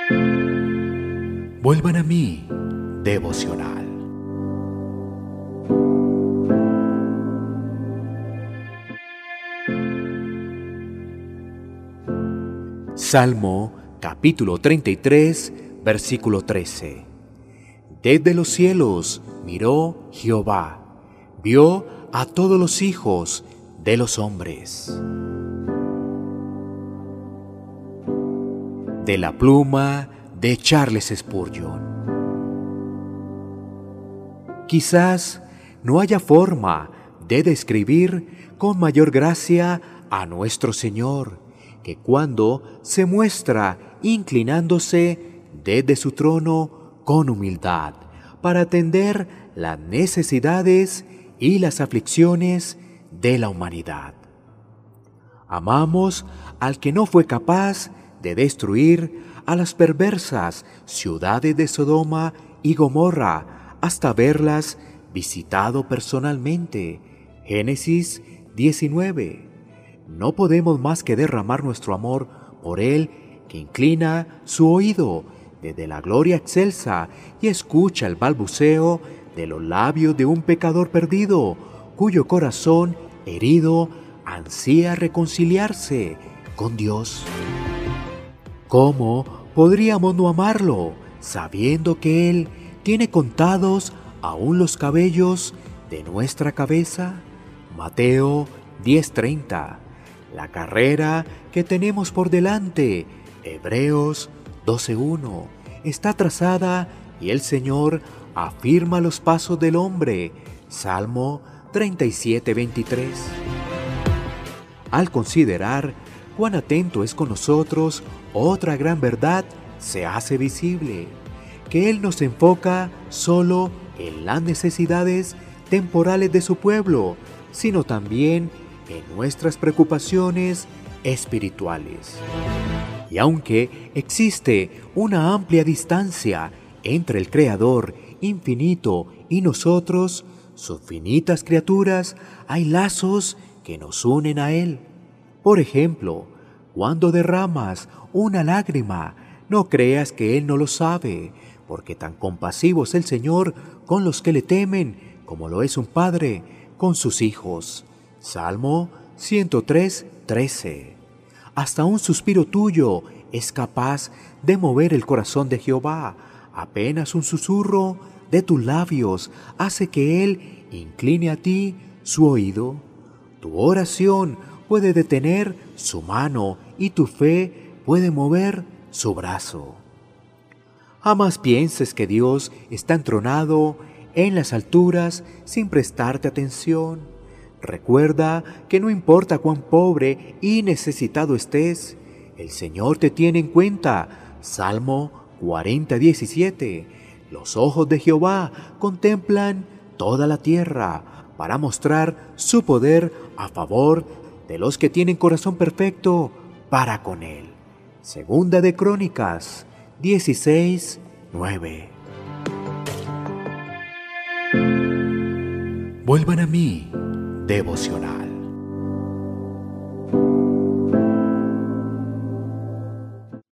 Vuelvan a mí, devocional. Salmo capítulo 33, versículo 13. Desde los cielos miró Jehová, vio a todos los hijos de los hombres. De la pluma de Charles Spurgeon. Quizás no haya forma de describir con mayor gracia a nuestro Señor que cuando se muestra inclinándose desde su trono con humildad para atender las necesidades y las aflicciones de la humanidad. Amamos al que no fue capaz de destruir a las perversas ciudades de Sodoma y Gomorra hasta haberlas visitado personalmente. Génesis 19. No podemos más que derramar nuestro amor por Él, que inclina su oído desde la gloria excelsa y escucha el balbuceo de los labios de un pecador perdido, cuyo corazón herido ansía reconciliarse con Dios. ¿Cómo podríamos no amarlo, sabiendo que Él tiene contados aún los cabellos de nuestra cabeza? Mateo 10:30. La carrera que tenemos por delante, Hebreos 12:1, está trazada y el Señor afirma los pasos del hombre, Salmo 37:23. Al considerar cuán atento es con nosotros, otra gran verdad se hace visible, que Él nos enfoca solo en las necesidades temporales de su pueblo, sino también en nuestras preocupaciones espirituales. Y aunque existe una amplia distancia entre el Creador infinito y nosotros, sus finitas criaturas, hay lazos que nos unen a Él. Por ejemplo, cuando derramas una lágrima, no creas que Él no lo sabe, porque tan compasivo es el Señor con los que le temen, como lo es un padre con sus hijos. Salmo 103:13. Hasta un suspiro tuyo es capaz de mover el corazón de Jehová. Apenas un susurro de tus labios hace que Él incline a ti su oído. Tu oración puede detener su mano y tu fe puede mover su brazo. Jamás pienses que Dios está entronado en las alturas sin prestarte atención. Recuerda que no importa cuán pobre y necesitado estés, el Señor te tiene en cuenta. Salmo 40:17. Los ojos de Jehová contemplan toda la tierra para mostrar su poder a favor de los que tienen corazón perfecto para con Él. Segunda de Crónicas 16:9. Vuelvan a mí, devocional.